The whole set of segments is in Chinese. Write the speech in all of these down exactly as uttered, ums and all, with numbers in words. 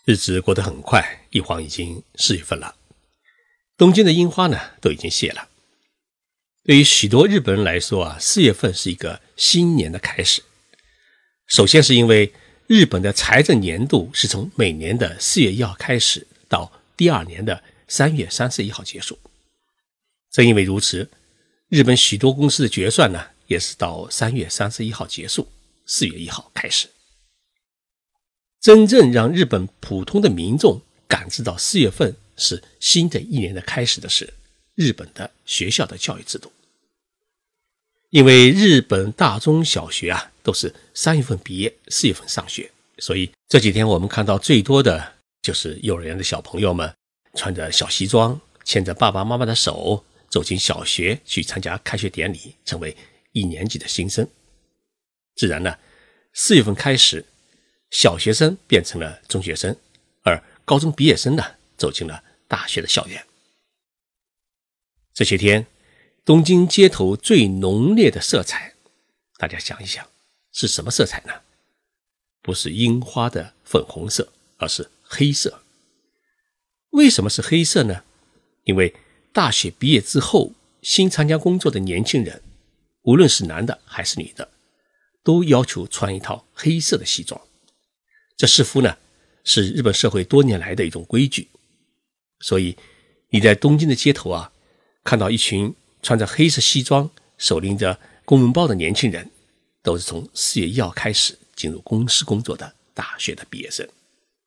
日子过得很快，一晃已经四月份了。东京的樱花呢都已经谢了。对于许多日本人来说啊，四月份是一个新年的开始。首先是因为日本的财政年度是从每年的四月一号开始，到第二年的三月三十一号结束。正因为如此，日本许多公司的决算呢也是到三月三十一号结束，四月一号开始。真正让日本普通的民众感知到四月份是新的一年的开始的是日本的学校的教育制度。因为日本大中小学啊都是三月份毕业，四月份上学，所以这几天我们看到最多的就是幼儿园的小朋友们穿着小西装，牵着爸爸妈妈的手走进小学去参加开学典礼，成为一年级的新生。自然呢，四月份开始，小学生变成了中学生，而高中毕业生呢走进了大学的校园。这些天东京街头最浓烈的色彩，大家想一想是什么色彩呢？不是樱花的粉红色，而是黑色。为什么是黑色呢？因为大学毕业之后新参加工作的年轻人，无论是男的还是女的，都要求穿一套黑色的西装。这似乎呢是日本社会多年来的一种规矩。所以你在东京的街头啊，看到一群穿着黑色西装手拎着公文包的年轻人，都是从四月一号开始进入公司工作的大学的毕业生。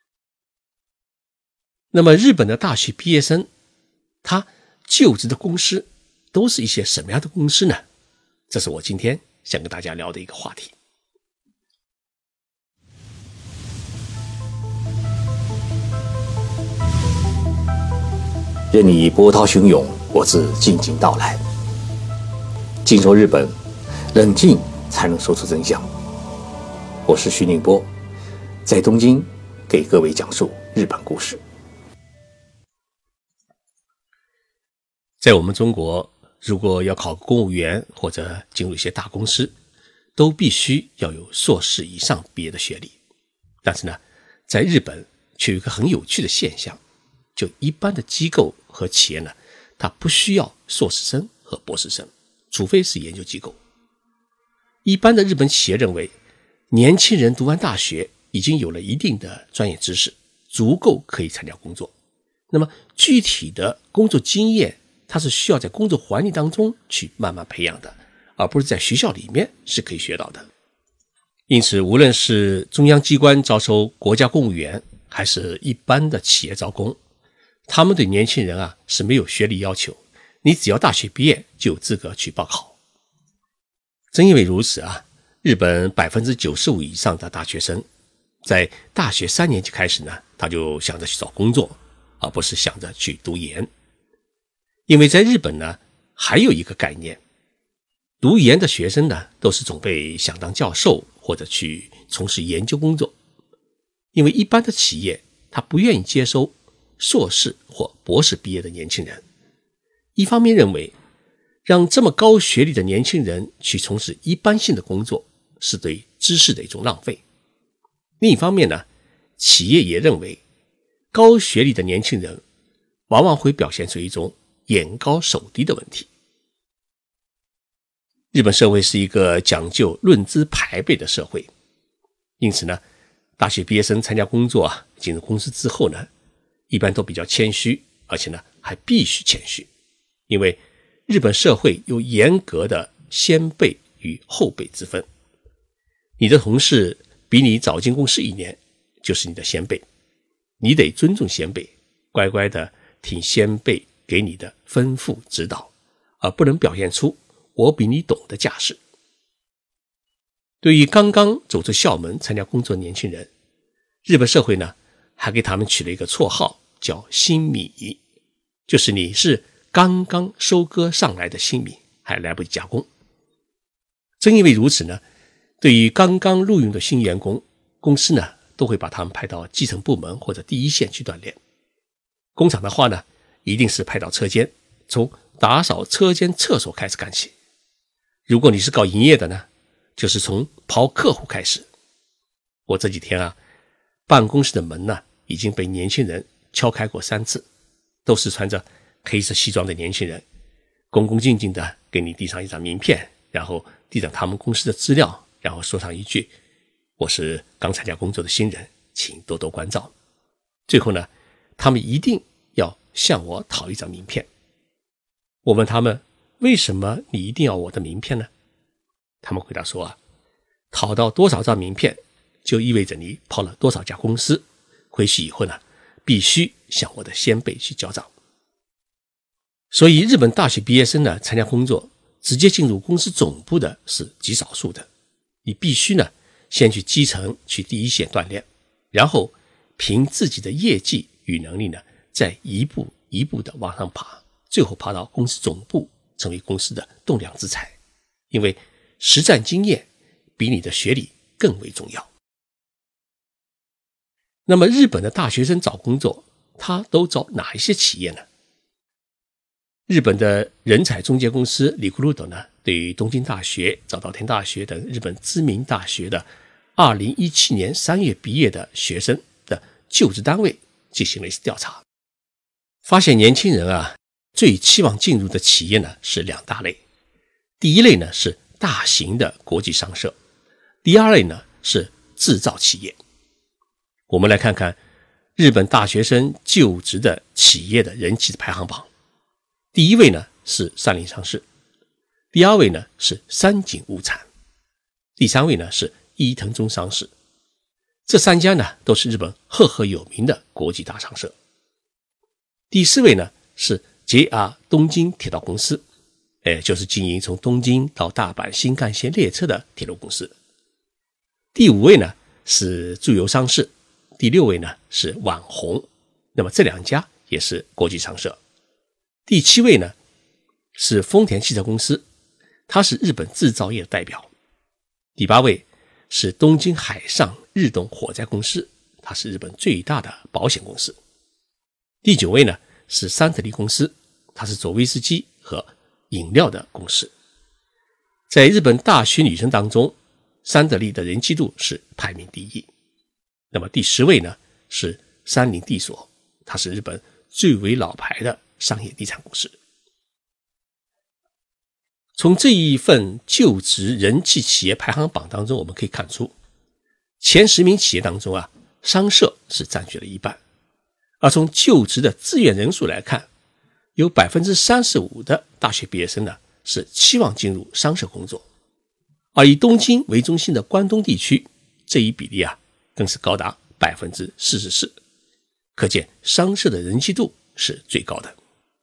那么日本的大学毕业生他就职的公司都是一些什么样的公司呢？这是我今天想跟大家聊的一个话题。 任你波涛汹涌，我自静静到来。静说日本，冷静才能说出真相。我是徐宁波，在东京给各位讲述日本故事。 在我们中国，如果要考公务员或者进入一些大公司，都必须要有硕士以上毕业的学历。但是呢，在日本却有一个很有趣的现象，就一般的机构和企业呢，它不需要硕士生和博士生，除非是研究机构。一般的日本企业认为，年轻人读完大学已经有了一定的专业知识，足够可以参加工作。那么具体的工作经验，它是需要在工作环境当中去慢慢培养的，而不是在学校里面是可以学到的。因此，无论是中央机关招收国家公务员，还是一般的企业招工，他们对年轻人啊是没有学历要求，你只要大学毕业就有资格去报考。正因为如此啊，日本 百分之九十五 以上的大学生在大学三年级开始呢，他就想着去找工作，而不是想着去读研。因为在日本呢，还有一个概念，读研的学生呢，都是准备想当教授或者去从事研究工作。因为一般的企业，他不愿意接收硕士或博士毕业的年轻人。一方面认为，让这么高学历的年轻人去从事一般性的工作，是对知识的一种浪费。另一方面呢，企业也认为，高学历的年轻人往往会表现出一种眼高手低的问题。日本社会是一个讲究论资排辈的社会，因此呢，大学毕业生参加工作啊，进入公司之后呢，一般都比较谦虚，而且呢还必须谦虚。因为日本社会有严格的先辈与后辈之分，你的同事比你早进公司一年，就是你的先辈，你得尊重先辈，乖乖的听先辈给你的吩咐指导，而不能表现出我比你懂的架势。对于刚刚走出校门参加工作的年轻人，日本社会呢还给他们取了一个绰号，叫新米，就是你是刚刚收割上来的新米，还来不及加工。正因为如此呢，对于刚刚录用的新员工，公司呢都会把他们派到基层部门或者第一线去锻炼。工厂的话呢，一定是派到车间，从打扫车间厕所开始干起。如果你是搞营业的呢，就是从跑客户开始。我这几天啊，办公室的门呢已经被年轻人敲开过三次，都是穿着黑色西装的年轻人，恭恭敬敬地给你递上一张名片，然后递上他们公司的资料，然后说上一句：我是刚参加工作的新人，请多多关照。最后呢，他们一定要向我讨一张名片。我问他们，为什么你一定要我的名片呢？他们回答说啊，讨到多少张名片就意味着你跑了多少家公司，回去以后呢，必须向我的先辈去交账。所以日本大学毕业生呢，参加工作直接进入公司总部的是极少数的，你必须呢先去基层去第一线锻炼，然后凭自己的业绩与能力呢，再一步一步的往上爬，最后爬到公司总部，成为公司的栋梁之才。因为实战经验比你的学历更为重要。那么日本的大学生找工作，他都找哪一些企业呢？日本的人才中介公司リクルート呢，对于东京大学、早稻田大学等日本知名大学的二零一七年三月毕业的学生的就职单位进行了一次调查，发现年轻人啊，最期望进入的企业呢是两大类。第一类呢是大型的国际商社，第二类呢是制造企业。我们来看看日本大学生就职的企业的人气的排行榜。第一位呢是三菱商事，第二位呢是三井物产，第三位呢是伊藤忠商事。这三家呢都是日本赫赫有名的国际大商社。第四位呢是 J R 东京铁道公司，哎，就是经营从东京到大阪新干线列车的铁路公司。第五位呢是住友商事，第六位呢是网红，那么这两家也是国际商社。第七位呢是丰田汽车公司，它是日本制造业的代表。第八位是东京海上日动火灾公司，它是日本最大的保险公司。第九位呢是三得利公司，它是做威士忌和饮料的公司。在日本大学女生当中，三得利的人气度是排名第一。那么第十位呢是三菱地所，它是日本最为老牌的商业地产公司。从这一份就职人气企业排行榜当中，我们可以看出，前十名企业当中啊，商社是占据了一半。而从就职的志愿人数来看，有 百分之三十五 的大学毕业生呢是期望进入商社工作。而以东京为中心的关东地区，这一比例啊更是高达 百分之四十四， 可见商社的人气度是最高的。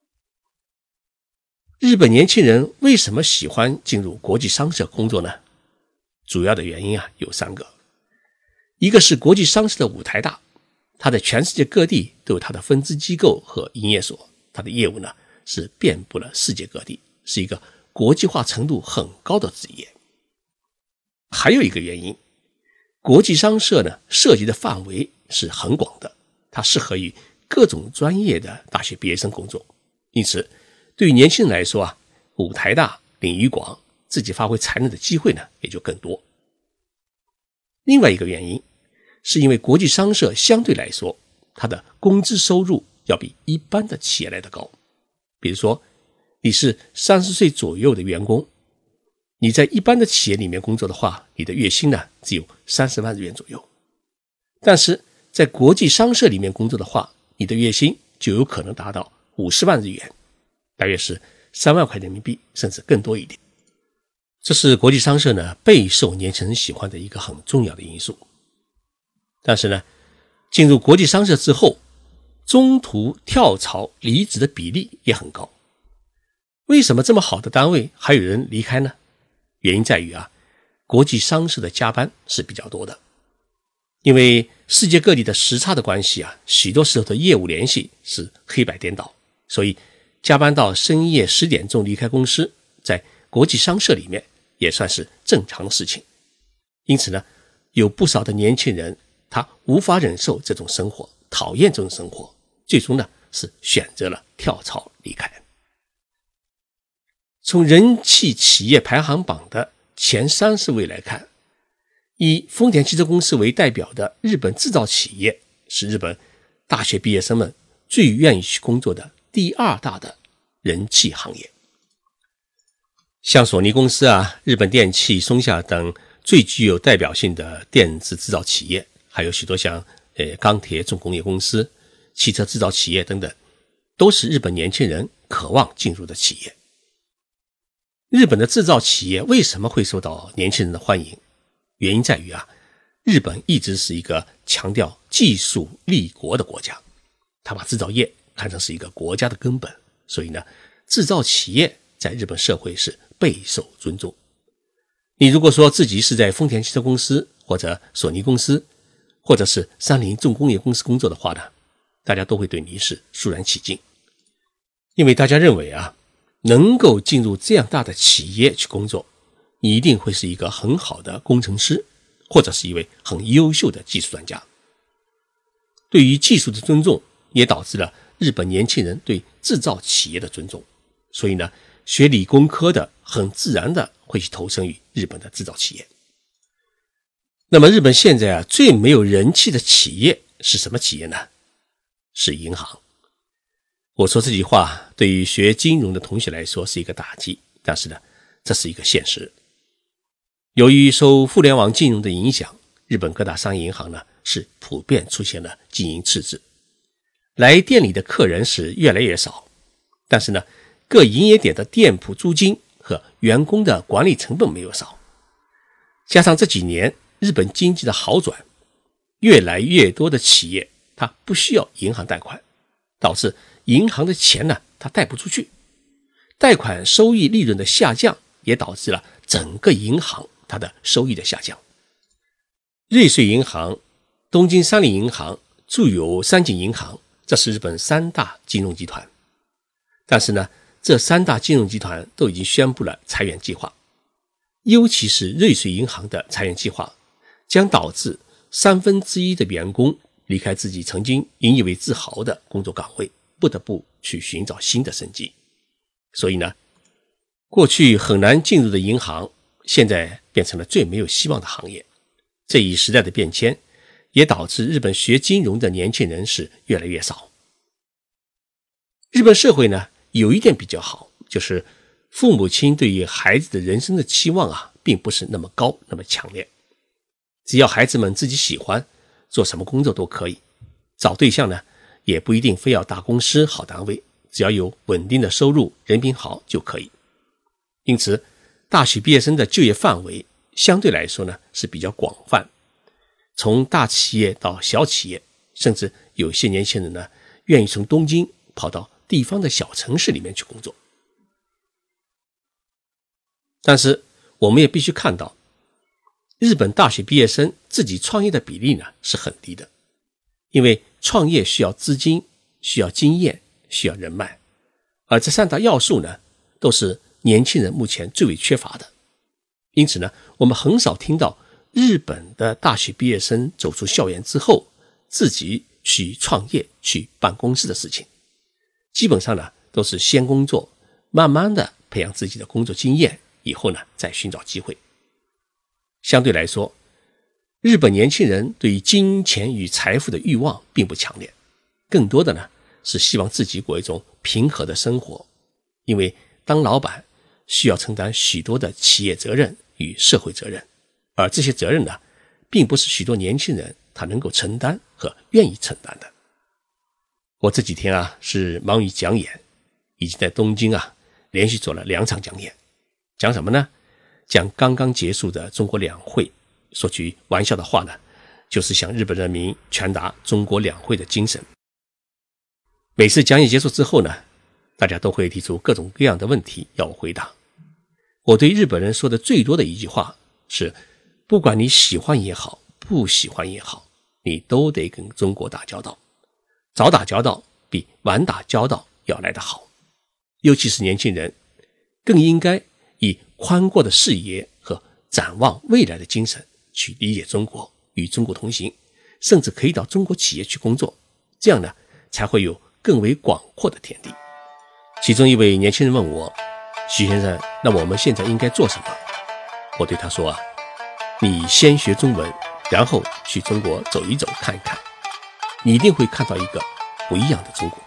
日本年轻人为什么喜欢进入国际商社工作呢？主要的原因啊有三个。一个是国际商社的舞台大，它在全世界各地都有它的分支机构和营业所，它的业务呢是遍布了世界各地，是一个国际化程度很高的职业。还有一个原因，国际商社呢涉及的范围是很广的，它适合于各种专业的大学毕业生工作，因此对于年轻人来说啊，舞台大，领域广，自己发挥才能的机会呢也就更多。另外一个原因是因为国际商社相对来说，它的工资收入要比一般的企业来得高。比如说你是三十岁左右的员工，你在一般的企业里面工作的话，你的月薪呢只有三十万日元左右。但是在国际商社里面工作的话，你的月薪就有可能达到五十万日元，大约是三万块人民币，甚至更多一点。这是国际商社呢备受年轻人喜欢的一个很重要的因素。但是呢，进入国际商社之后，中途跳槽离职的比例也很高。为什么这么好的单位还有人离开呢？原因在于啊，国际商社的加班是比较多的。因为世界各地的时差的关系啊，许多时候的业务联系是黑白颠倒，所以加班到深夜十点钟离开公司，在国际商社里面也算是正常的事情。因此呢，有不少的年轻人他无法忍受这种生活，讨厌这种生活，最终呢是选择了跳槽离开。从人气企业排行榜的前三十位来看，以丰田汽车公司为代表的日本制造企业是日本大学毕业生们最愿意去工作的第二大的人气行业。像索尼公司啊、日本电器、松下等最具有代表性的电子制造企业，还有许多像呃钢铁重工业公司、汽车制造企业等等，都是日本年轻人渴望进入的企业。日本的制造企业为什么会受到年轻人的欢迎？原因在于啊，日本一直是一个强调技术立国的国家，他把制造业看成是一个国家的根本，所以呢，制造企业在日本社会是备受尊重。你如果说自己是在丰田汽车公司或者索尼公司或者是三菱重工业公司工作的话呢，大家都会对你是肃然起敬，因为大家认为啊，能够进入这样大的企业去工作，你一定会是一个很好的工程师，或者是一位很优秀的技术专家。对于技术的尊重，也导致了日本年轻人对制造企业的尊重，所以呢，学理工科的很自然的会去投身于日本的制造企业。那么日本现在啊，最没有人气的企业是什么企业呢？是银行。我说这句话对于学金融的同学来说是一个打击，但是呢，这是一个现实。由于受互联网金融的影响，日本各大商业银行呢是普遍出现了经营赤字，来店里的客人是越来越少，但是呢，各营业点的店铺租金和员工的管理成本没有少。加上这几年日本经济的好转，越来越多的企业它不需要银行贷款，导致银行的钱呢它贷不出去，贷款收益利润的下降也导致了整个银行它的收益的下降。瑞穗银行、东京三菱银行、住友三井银行，这是日本三大金融集团。但是呢，这三大金融集团都已经宣布了裁员计划，尤其是瑞穗银行的裁员计划将导致三分之一的员工离开自己曾经引以为自豪的工作岗位，不得不去寻找新的生机。所以呢，过去很难进入的银行现在变成了最没有希望的行业。这一时代的变迁也导致日本学金融的年轻人是越来越少。日本社会呢有一点比较好，就是父母亲对于孩子的人生的期望啊并不是那么高那么强烈，只要孩子们自己喜欢，做什么工作都可以。找对象呢也不一定非要大公司好单位，只要有稳定的收入，人品好就可以。因此大学毕业生的就业范围相对来说呢是比较广泛，从大企业到小企业，甚至有些年轻人呢愿意从东京跑到地方的小城市里面去工作。但是我们也必须看到，日本大学毕业生自己创业的比例呢是很低的，因为创业需要资金、需要经验、需要人脉，而这三大要素呢都是年轻人目前最为缺乏的。因此呢，我们很少听到日本的大学毕业生走出校园之后自己去创业、去办公司的事情。基本上呢都是先工作，慢慢的培养自己的工作经验，以后呢再寻找机会。相对来说，日本年轻人对于金钱与财富的欲望并不强烈，更多的呢是希望自己过一种平和的生活。因为当老板需要承担许多的企业责任与社会责任，而这些责任呢并不是许多年轻人他能够承担和愿意承担的。我这几天啊是忙于讲演，已经在东京啊连续做了两场讲演。讲什么呢？讲刚刚结束的中国两会。说句玩笑的话呢，就是向日本人民传达中国两会的精神。每次讲演结束之后呢，大家都会提出各种各样的问题要我回答。我对日本人说的最多的一句话是，不管你喜欢也好，不喜欢也好，你都得跟中国打交道。早打交道比晚打交道要来得好。尤其是年轻人，更应该以宽阔的视野和展望未来的精神去理解中国，与中国同行，甚至可以到中国企业去工作，这样呢才会有更为广阔的天地。其中一位年轻人问我，徐先生，那我们现在应该做什么？我对他说啊，你先学中文，然后去中国走一走看一看， 你一定会看到一个不一样的中国。